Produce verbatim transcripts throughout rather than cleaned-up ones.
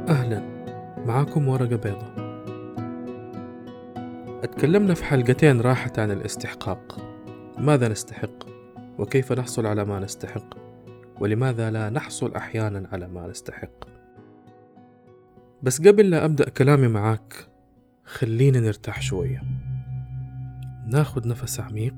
أهلا، معاكم ورقة بيضاء. اتكلمنا في حلقتين راحت عن الاستحقاق، ماذا نستحق؟ وكيف نحصل على ما نستحق؟ ولماذا لا نحصل أحيانا على ما نستحق؟ بس قبل لا أبدأ كلامي معاك خلينا نرتاح شوية، ناخد نفس عميق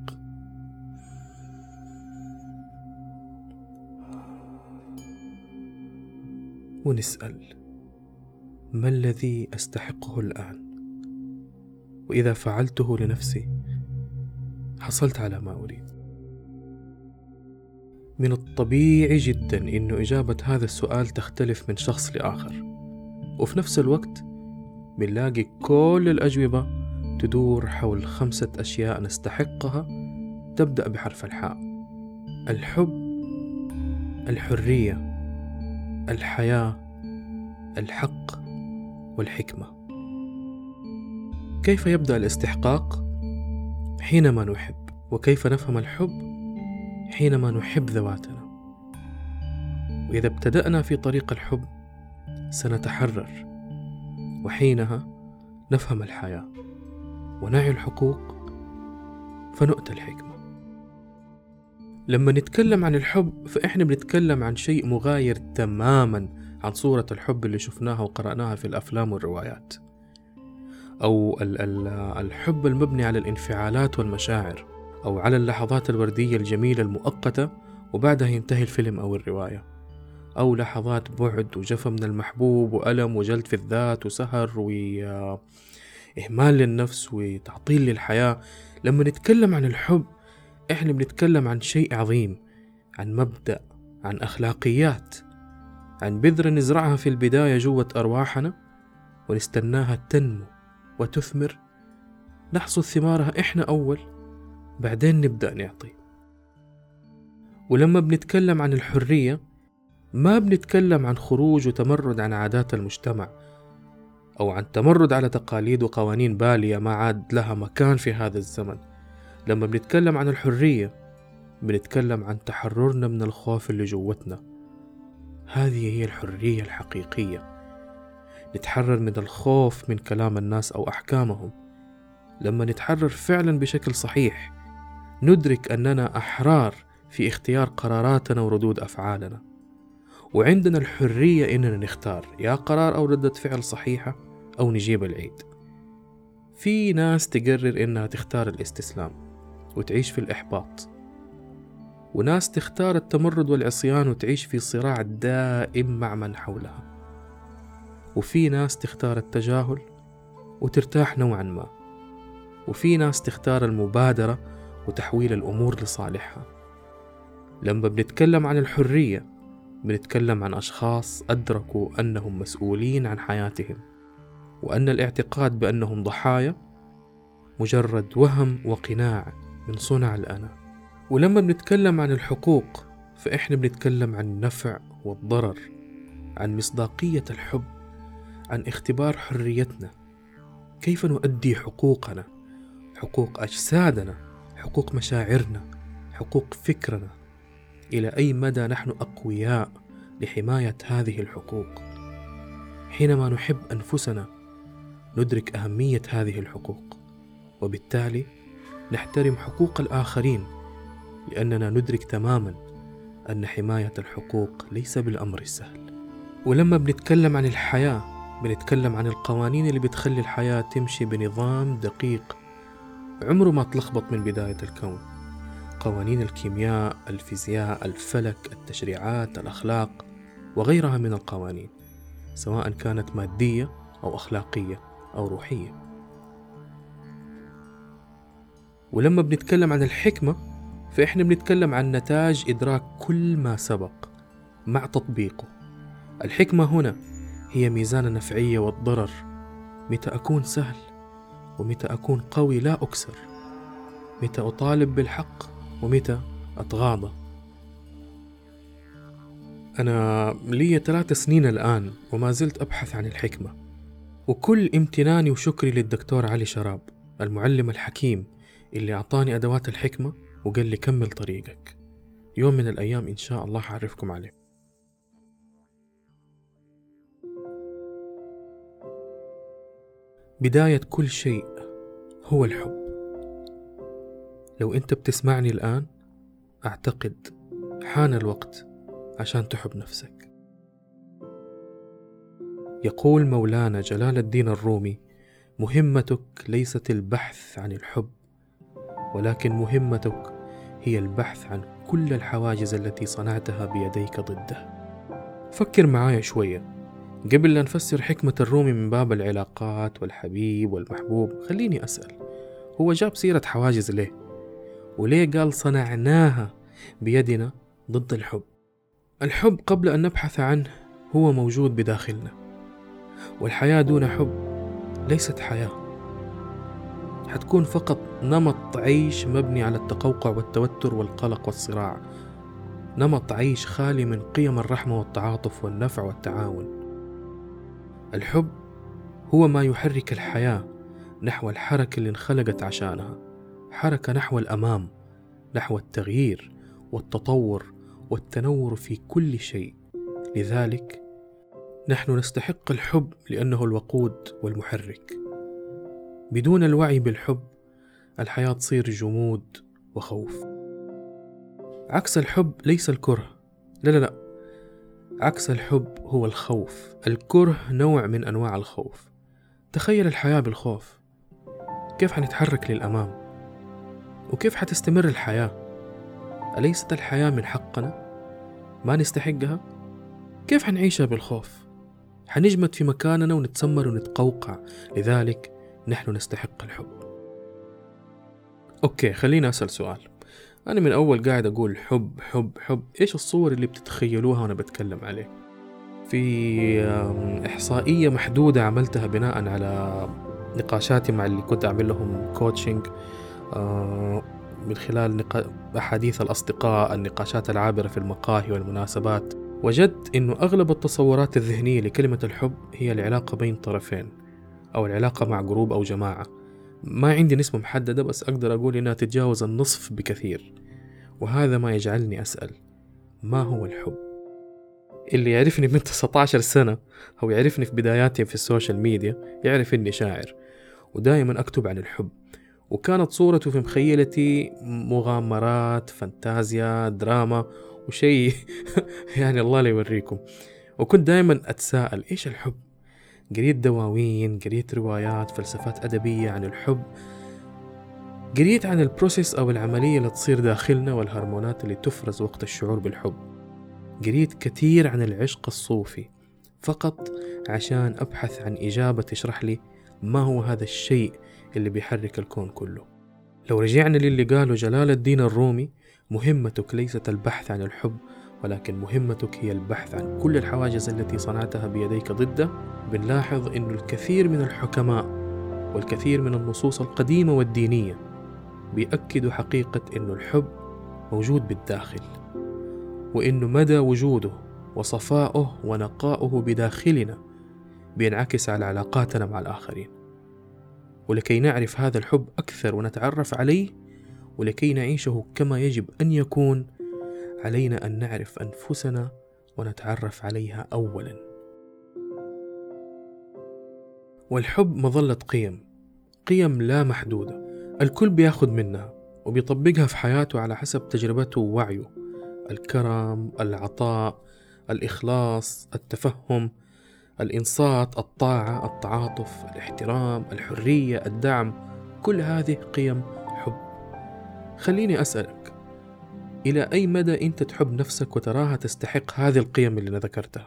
ونسأل: ما الذي أستحقه الآن؟ وإذا فعلته لنفسي حصلت على ما أريد. من الطبيعي جدا إنه إجابة هذا السؤال تختلف من شخص لآخر، وفي نفس الوقت بنلاقي كل الأجوبة تدور حول خمسة أشياء نستحقها تبدأ بحرف الحاء: الحب، الحرية، الحياة، الحق، والحكمة. كيف يبدأ الاستحقاق؟ حينما نحب. وكيف نفهم الحب؟ حينما نحب ذواتنا. وإذا ابتدأنا في طريق الحب سنتحرر، وحينها نفهم الحياة ونعي الحقوق فنؤتى الحكمة. لما نتكلم عن الحب فإحنا بنتكلم عن شيء مغاير تماما عن صورة الحب اللي شفناها وقرأناها في الأفلام والروايات، أو الحب المبني على الانفعالات والمشاعر، أو على اللحظات الوردية الجميلة المؤقتة وبعدها ينتهي الفيلم أو الرواية، أو لحظات بعد وجفا من المحبوب وألم وجلد في الذات وسهر وإهمال للنفس وتعطيل للحياة. لما نتكلم عن الحب إحنا بنتكلم عن شيء عظيم، عن مبدأ، عن أخلاقيات، عن بذرة نزرعها في البداية جوة أرواحنا ونستناها تنمو وتثمر، نحصد ثمارها إحنا أول، بعدين نبدأ نعطي. ولما بنتكلم عن الحرية ما بنتكلم عن خروج وتمرد عن عادات المجتمع، أو عن تمرد على تقاليد وقوانين بالية ما عاد لها مكان في هذا الزمن. لما بنتكلم عن الحرية بنتكلم عن تحررنا من الخوف اللي جوتنا. هذه هي الحرية الحقيقية، نتحرر من الخوف من كلام الناس أو أحكامهم. لما نتحرر فعلا بشكل صحيح ندرك أننا أحرار في اختيار قراراتنا وردود أفعالنا، وعندنا الحرية إننا نختار يا قرار أو ردة فعل صحيحة أو نجيب العيد. في ناس تقرر إنها تختار الاستسلام وتعيش في الإحباط، وناس تختار التمرد والعصيان وتعيش في صراع دائم مع من حولها، وفي ناس تختار التجاهل وترتاح نوعا ما، وفي ناس تختار المبادرة وتحويل الأمور لصالحها. لما بنتكلم عن الحرية بنتكلم عن أشخاص أدركوا أنهم مسؤولين عن حياتهم، وأن الاعتقاد بأنهم ضحايا مجرد وهم وقناع من صنع الأنا. ولما بنتكلم عن الحقوق فإحنا بنتكلم عن النفع والضرر، عن مصداقية الحب، عن اختبار حريتنا، كيف نؤدي حقوقنا، حقوق أجسادنا، حقوق مشاعرنا، حقوق فكرنا، إلى أي مدى نحن أقوياء لحماية هذه الحقوق. حينما نحب أنفسنا ندرك أهمية هذه الحقوق، وبالتالي نحترم حقوق الآخرين، لأننا ندرك تماما أن حماية الحقوق ليس بالأمر السهل. ولما بنتكلم عن الحياة بنتكلم عن القوانين اللي بتخلي الحياة تمشي بنظام دقيق عمره ما تلخبط من بداية الكون. قوانين الكيمياء، الفيزياء، الفلك، التشريعات، الأخلاق، وغيرها من القوانين، سواء كانت مادية أو أخلاقية أو روحية. ولما بنتكلم عن الحكمة فإحنا بنتكلم عن نتاج إدراك كل ما سبق مع تطبيقه. الحكمة هنا هي ميزان النفعية والضرر، متى أكون سهل ومتى أكون قوي لا أكسر، متى أطالب بالحق ومتى أتغاضى. أنا لي ثلاث سنين الآن وما زلت أبحث عن الحكمة، وكل امتناني وشكري للدكتور علي شراب المعلم الحكيم اللي أعطاني أدوات الحكمة وقال لي كمل طريقك. يوم من الأيام إن شاء الله حعرفكم عليه. بداية كل شيء هو الحب. لو أنت بتسمعني الآن، أعتقد حان الوقت عشان تحب نفسك. يقول مولانا جلال الدين الرومي: مهمتك ليست البحث عن الحب، ولكن مهمتك هي البحث عن كل الحواجز التي صنعتها بيديك ضده. فكر معايا شوية قبل لا نفسر حكمة الرومي من باب العلاقات والحبيب والمحبوب. خليني أسأل، هو جاب سيرة حواجز ليه؟ وليه قال صنعناها بيدنا ضد الحب؟ الحب قبل أن نبحث عنه هو موجود بداخلنا، والحياة دون حب ليست حياة، حتكون فقط نمط عيش مبني على التقوقع والتوتر والقلق والصراع، نمط عيش خالي من قيم الرحمة والتعاطف والنفع والتعاون. الحب هو ما يحرك الحياة نحو الحركة اللي انخلقت عشانها، حركة نحو الأمام، نحو التغيير والتطور والتنور في كل شيء. لذلك نحن نستحق الحب لأنه الوقود والمحرك. بدون الوعي بالحب الحياة تصير جمود وخوف. عكس الحب ليس الكره، لا لا لا، عكس الحب هو الخوف. الكره نوع من أنواع الخوف. تخيل الحياة بالخوف، كيف حنتحرك للأمام؟ وكيف حتستمر الحياة؟ أليست الحياة من حقنا؟ ما نستحقها؟ كيف حنعيشها بالخوف؟ حنجمد في مكاننا ونتسمر ونتقوقع. لذلك نحن نستحق الحب. أوكي، خلينا أسأل سؤال. أنا من أول قاعد أقول حب حب حب، إيش الصور اللي بتتخيلوها وأنا بتكلم عليه؟ في إحصائية محدودة عملتها بناء على نقاشاتي مع اللي كنت أعمل لهم كوتشنج من خلال نقا... أحاديث الأصدقاء، النقاشات العابرة في المقاهي والمناسبات. وجدت إنه أغلب التصورات الذهنية لكلمة الحب هي العلاقة بين طرفين، أو العلاقة مع جروب أو جماعة. ما عندي نسبة محددة، بس أقدر أقول إنها تتجاوز النصف بكثير. وهذا ما يجعلني أسأل: ما هو الحب؟ اللي يعرفني من تسعة عشر سنة أو يعرفني في بداياتي في السوشيال ميديا يعرف إني شاعر، ودائما أكتب عن الحب، وكانت صورته في مخيلتي مغامرات، فانتازيا، دراما وشيء يعني الله لا يوريكم. وكنت دائما أتساءل: إيش الحب؟ قريت دواوين، قريت روايات، فلسفات أدبية عن الحب، قريت عن البروسيس أو العملية اللي تصير داخلنا والهرمونات اللي تفرز وقت الشعور بالحب. قريت كثير عن العشق الصوفي فقط عشان أبحث عن إجابة تشرح لي ما هو هذا الشيء اللي بيحرك الكون كله. لو رجعنا للي قاله جلال الدين الرومي: مهمتك ليست البحث عن الحب، ولكن مهمتك هي البحث عن كل الحواجز التي صنعتها بيديك ضده، بنلاحظ أن الكثير من الحكماء والكثير من النصوص القديمة والدينية بيأكدوا حقيقة أن الحب موجود بالداخل، وأنه مدى وجوده وصفاؤه ونقاؤه بداخلنا بينعكس على علاقاتنا مع الآخرين. ولكي نعرف هذا الحب أكثر ونتعرف عليه، ولكي نعيشه كما يجب أن يكون، علينا أن نعرف أنفسنا ونتعرف عليها أولا. والحب مظلة قيم، قيم لا محدودة، الكل بياخد منها وبيطبقها في حياته على حسب تجربته ووعيه: الكرم، العطاء، الإخلاص، التفهم، الإنصات، الطاعة، التعاطف، الاحترام، الحرية، الدعم. كل هذه قيم حب. خليني أسألك: إلى أي مدى أنت تحب نفسك وتراها تستحق هذه القيم اللي ذكرتها؟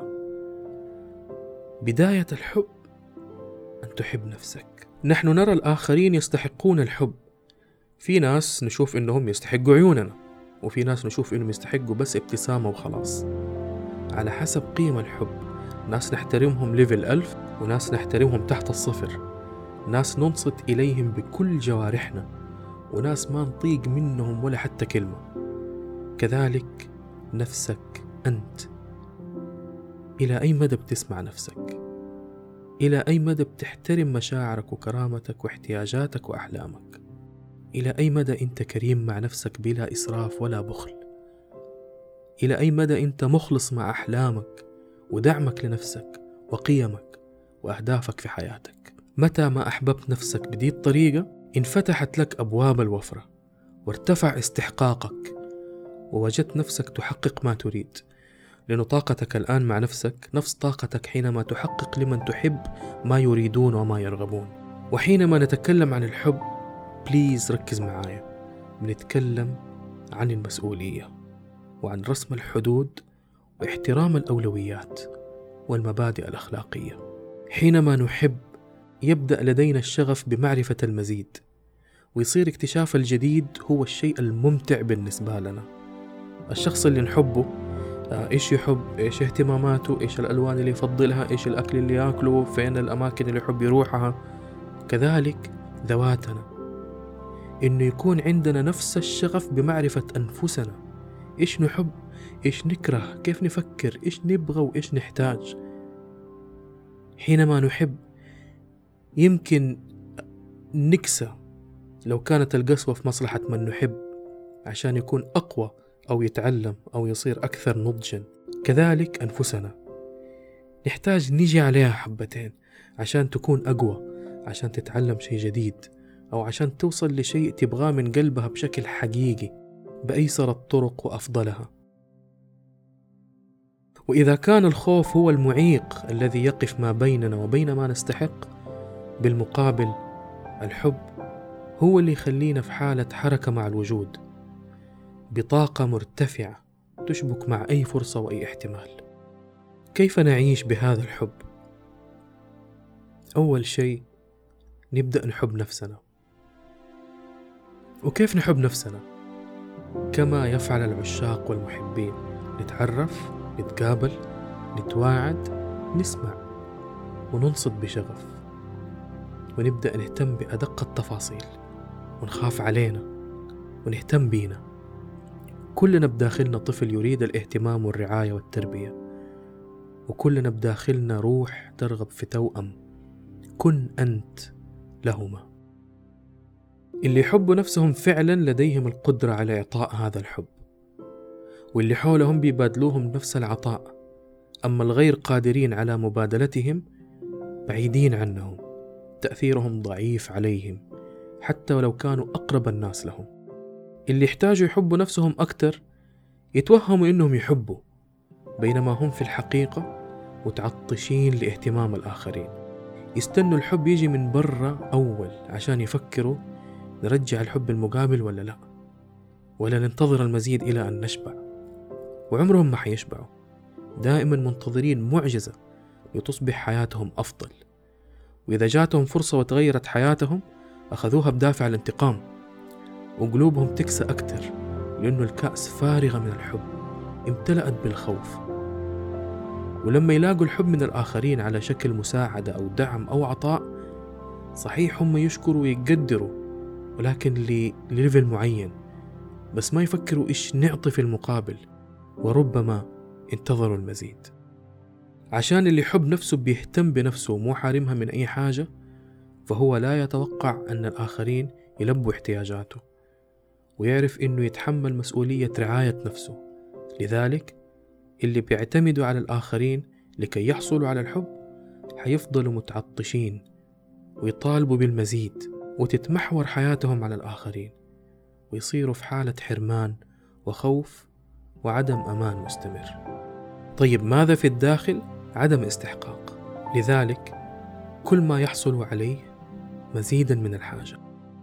بداية الحب أن تحب نفسك. نحن نرى الآخرين يستحقون الحب. في ناس نشوف إنهم يستحقوا عيوننا، وفي ناس نشوف إنهم يستحقوا بس ابتسامة وخلاص، على حسب قيم الحب. ناس نحترمهم ليفل ألف، وناس نحترمهم تحت الصفر، ناس ننصت إليهم بكل جوارحنا، وناس ما نطيق منهم ولا حتى كلمة. كذلك نفسك أنت. إلى أي مدى بتسمع نفسك؟ إلى أي مدى بتحترم مشاعرك وكرامتك واحتياجاتك وأحلامك؟ إلى أي مدى أنت كريم مع نفسك بلا إسراف ولا بخل؟ إلى أي مدى أنت مخلص مع أحلامك ودعمك لنفسك وقيمك وأهدافك في حياتك؟ متى ما أحببت نفسك بدي الطريقة انفتحت لك أبواب الوفرة، وارتفع استحقاقك، ووجدت نفسك تحقق ما تريد، لأن طاقتك الآن مع نفسك نفس طاقتك حينما تحقق لمن تحب ما يريدون وما يرغبون. وحينما نتكلم عن الحب بليز ركز معايا، بنتكلم عن المسؤولية وعن رسم الحدود واحترام الأولويات والمبادئ الأخلاقية. حينما نحب يبدأ لدينا الشغف بمعرفة المزيد، ويصير اكتشاف الجديد هو الشيء الممتع بالنسبة لنا. الشخص اللي نحبه إيش يحب، إيش اهتماماته، إيش الألوان اللي يفضلها، إيش الأكل اللي يأكله، فين الأماكن اللي يحب يروحها. كذلك ذواتنا، إنه يكون عندنا نفس الشغف بمعرفة أنفسنا، إيش نحب، إيش نكره، كيف نفكر، إيش نبغى وإيش نحتاج. حينما نحب يمكن نكسى لو كانت القسوة في مصلحة من نحب عشان يكون أقوى أو يتعلم أو يصير أكثر نضجا. كذلك أنفسنا نحتاج نيجي عليها حبتين عشان تكون أقوى، عشان تتعلم شيء جديد، أو عشان توصل لشيء تبغاه من قلبها بشكل حقيقي بأيسر الطرق وأفضلها. وإذا كان الخوف هو المعيق الذي يقف ما بيننا وبين ما نستحق، بالمقابل الحب هو اللي يخلينا في حالة حركة مع الوجود بطاقة مرتفعة تشبك مع أي فرصة وأي احتمال. كيف نعيش بهذا الحب؟ أول شيء نبدأ نحب نفسنا. وكيف نحب نفسنا؟ كما يفعل العشاق والمحبين، نتعرف، نتقابل، نتواعد، نسمع وننصت بشغف، ونبدأ نهتم بأدق التفاصيل، ونخاف علينا ونهتم بينا. كلنا بداخلنا طفل يريد الاهتمام والرعاية والتربية، وكلنا بداخلنا روح ترغب في توأم. كن أنت لهما. اللي يحبوا نفسهم فعلا لديهم القدرة على إعطاء هذا الحب، واللي حولهم بيبادلوهم نفس العطاء. أما الغير قادرين على مبادلتهم بعيدين عنهم، تأثيرهم ضعيف عليهم حتى ولو كانوا أقرب الناس لهم. اللي يحتاجوا يحبوا نفسهم أكتر يتوهموا إنهم يحبوا، بينما هم في الحقيقة متعطشين لاهتمام الآخرين. يستنوا الحب يجي من برا أول عشان يفكروا نرجع الحب المقابل ولا لا، ولا ننتظر المزيد إلى أن نشبع. وعمرهم ما حيشبعوا، دائما منتظرين معجزة لتصبح حياتهم أفضل. وإذا جاتهم فرصة وتغيرت حياتهم أخذوها بدافع الانتقام، وقلوبهم تكسى أكتر لأنه الكأس فارغة من الحب، امتلأت بالخوف. ولما يلاقوا الحب من الآخرين على شكل مساعدة أو دعم أو عطاء، صحيح هم يشكروا ويقدروا، ولكن لليفل معين، بس ما يفكروا إيش نعطي في المقابل، وربما انتظروا المزيد. عشان اللي يحب نفسه بيهتم بنفسه ومو حارمها من أي حاجة، فهو لا يتوقع أن الآخرين يلبوا احتياجاته، ويعرف إنه يتحمل مسؤولية رعاية نفسه. لذلك اللي بيعتمدوا على الآخرين لكي يحصلوا على الحب حيفضلوا متعطشين ويطالبوا بالمزيد، وتتمحور حياتهم على الآخرين، ويصيروا في حالة حرمان وخوف وعدم أمان مستمر. طيب ماذا في الداخل؟ عدم استحقاق. لذلك كل ما يحصلوا عليه مزيدا من الحاجة.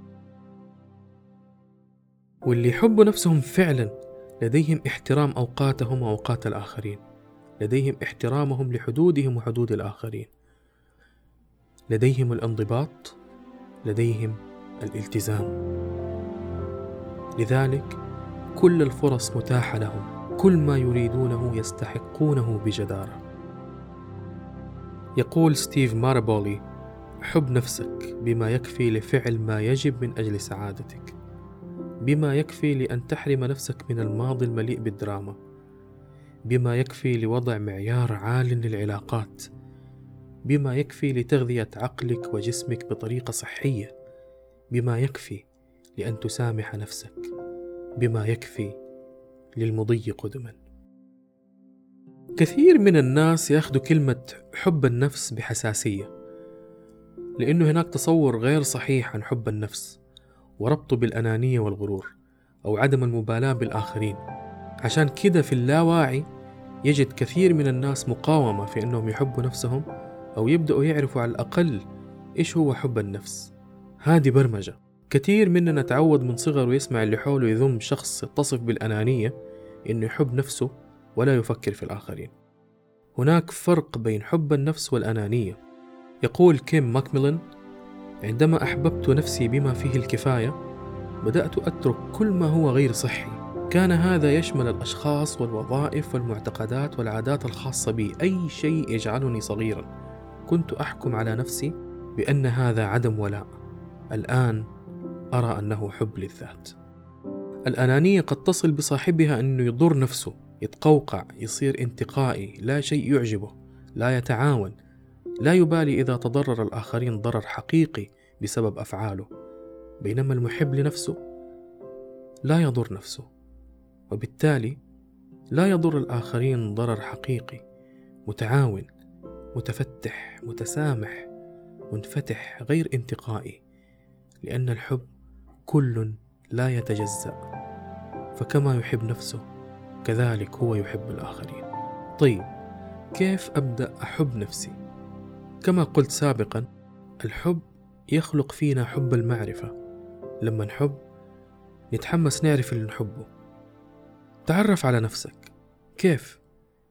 واللي يحبوا نفسهم فعلا لديهم احترام أوقاتهم وأوقات الآخرين، لديهم احترامهم لحدودهم وحدود الآخرين، لديهم الانضباط، لديهم الالتزام. لذلك كل الفرص متاحة لهم، كل ما يريدونه يستحقونه بجدارة. يقول ستيف مارابولي: حب نفسك بما يكفي لفعل ما يجب من أجل سعادتك، بما يكفي لأن تحرم نفسك من الماضي المليء بالدراما، بما يكفي لوضع معيار عال للعلاقات، بما يكفي لتغذية عقلك وجسمك بطريقة صحية، بما يكفي لأن تسامح نفسك، بما يكفي للمضي قدما. كثير من الناس يأخذوا كلمة حب النفس بحساسية، لأنه هناك تصور غير صحيح عن حب النفس وربطه بالأنانية والغرور أو عدم المبالاة بالآخرين. عشان كده في اللاواعي يجد كثير من الناس مقاومة في أنهم يحبوا نفسهم أو يبدأوا يعرفوا على الأقل إيش هو حب النفس. هذه برمجة. كثير مننا تعود من صغره يسمع اللي حوله يذم شخص يتصف بالأنانية إنه يحب نفسه ولا يفكر في الآخرين. هناك فرق بين حب النفس والأنانية. يقول كيم ماكميلان: عندما أحببت نفسي بما فيه الكفاية بدأت أترك كل ما هو غير صحي. كان هذا يشمل الأشخاص والوظائف والمعتقدات والعادات الخاصة بي، أي شيء يجعلني صغيرا. كنت أحكم على نفسي بأن هذا عدم ولاء. الآن أرى أنه حب للذات. الأنانية قد تصل بصاحبها أنه يضر نفسه، يتقوقع، يصير انتقائي، لا شيء يعجبه، لا يتعاون، لا يبالي إذا تضرر الآخرين ضرر حقيقي بسبب أفعاله. بينما المحب لنفسه لا يضر نفسه، وبالتالي لا يضر الآخرين ضرر حقيقي. متعاون، متفتح، متسامح، منفتح، غير انتقائي. لأن الحب كل لا يتجزأ، فكما يحب نفسه كذلك هو يحب الآخرين. طيب، كيف أبدأ أحب نفسي؟ كما قلت سابقا، الحب يخلق فينا حب المعرفة. لما نحب نتحمس نعرف اللي نحبه. تعرف على نفسك. كيف؟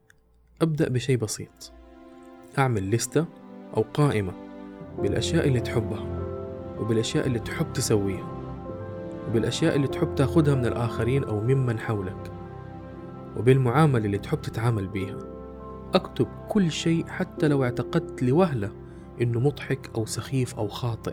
أبدأ بشيء بسيط. أعمل لستة أو قائمة بالأشياء اللي تحبها، وبالأشياء اللي تحب تسويها، وبالأشياء اللي تحب تاخدها من الآخرين أو ممن حولك، وبالمعاملة اللي تحب تتعامل بيها. أكتب كل شيء حتى لو اعتقدت لوهلة إنه مضحك أو سخيف أو خاطئ.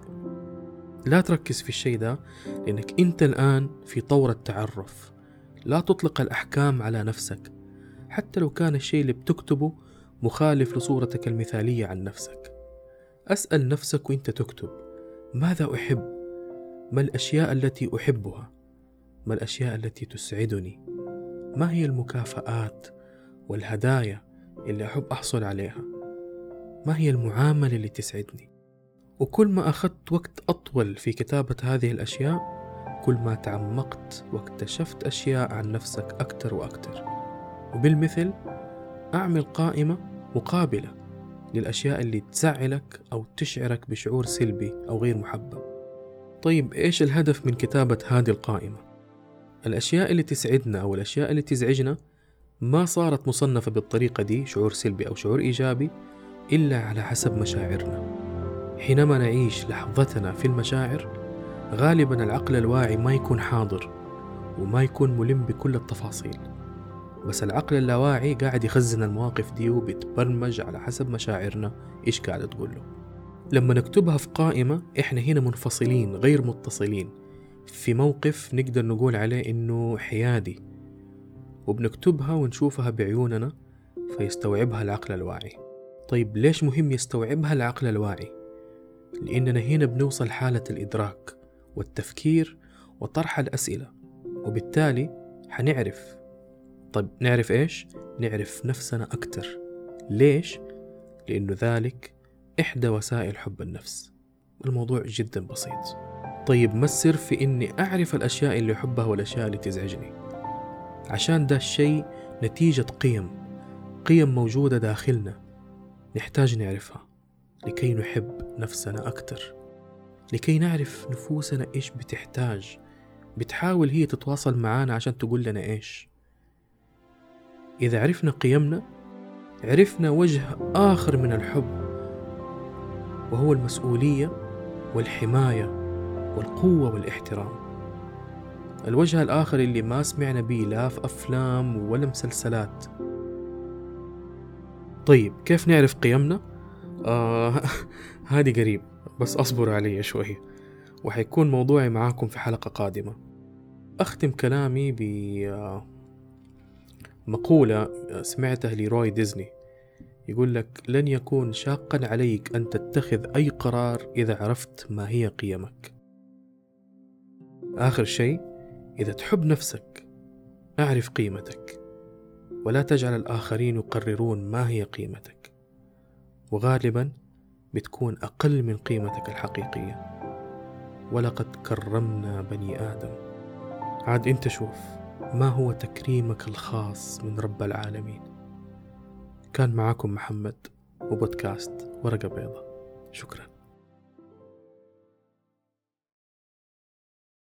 لا تركز في الشيء ده، لأنك أنت الآن في طور التعرف. لا تطلق الأحكام على نفسك حتى لو كان الشيء اللي بتكتبه مخالف لصورتك المثالية عن نفسك. أسأل نفسك وإنت تكتب: ماذا أحب؟ ما الأشياء التي أحبها؟ ما الأشياء التي تسعدني؟ ما هي المكافآت والهدايا اللي أحب أحصل عليها؟ ما هي المعاملة اللي تسعدني؟ وكل ما أخذت وقت أطول في كتابة هذه الأشياء، كل ما تعمقت واكتشفت أشياء عن نفسك أكتر وأكتر. وبالمثل أعمل قائمة مقابلة للأشياء اللي تزعلك أو تشعرك بشعور سلبي أو غير محبب. طيب، إيش الهدف من كتابة هذه القائمة؟ الأشياء اللي تسعدنا أو الأشياء اللي تزعجنا ما صارت مصنفة بالطريقة دي، شعور سلبي أو شعور إيجابي، إلا على حسب مشاعرنا. حينما نعيش لحظتنا في المشاعر، غالبا العقل الواعي ما يكون حاضر وما يكون ملم بكل التفاصيل، بس العقل اللاواعي قاعد يخزن المواقف دي وبيتبرمج على حسب مشاعرنا إيش قاعد تقول له. لما نكتبها في قائمة، إحنا هنا منفصلين غير متصلين في موقف نقدر نقول عليه إنه حيادي، وبنكتبها ونشوفها بعيوننا فيستوعبها العقل الواعي. طيب، ليش مهم يستوعبها العقل الواعي؟ لأننا هنا بنوصل حالة الإدراك والتفكير وطرح الأسئلة، وبالتالي حنعرف. طيب، نعرف إيش؟ نعرف نفسنا أكتر. ليش؟ لأنه ذلك إحدى وسائل حب النفس. الموضوع جدا بسيط. طيب، ما السر في إني أعرف الأشياء اللي أحبها والأشياء اللي تزعجني؟ عشان ده الشيء نتيجة قيم قيم موجودة داخلنا نحتاج نعرفها لكي نحب نفسنا أكتر، لكي نعرف نفوسنا إيش بتحتاج. بتحاول هي تتواصل معانا عشان تقول لنا إيش. إذا عرفنا قيمنا، عرفنا وجه آخر من الحب، وهو المسؤولية والحماية والقوة والاحترام. الوجه الآخر اللي ما سمعنا بيه لا في أفلام ولا مسلسلات. طيب، كيف نعرف قيمنا؟ آه هذه قريب، بس أصبر علي شوي وحيكون موضوعي معاكم في حلقة قادمة. أختم كلامي بمقولة سمعتها لروي ديزني، يقول لك: لن يكون شاقا عليك أن تتخذ أي قرار إذا عرفت ما هي قيمك. آخر شيء، إذا تحب نفسك أعرف قيمتك، ولا تجعل الآخرين يقررون ما هي قيمتك. وغالبا بتكون أقل من قيمتك الحقيقية. ولقد كرمنا بني آدم. عاد أنت شوف ما هو تكريمك الخاص من رب العالمين. كان معاكم محمد وبودكاست ورقة بيضة. شكرا.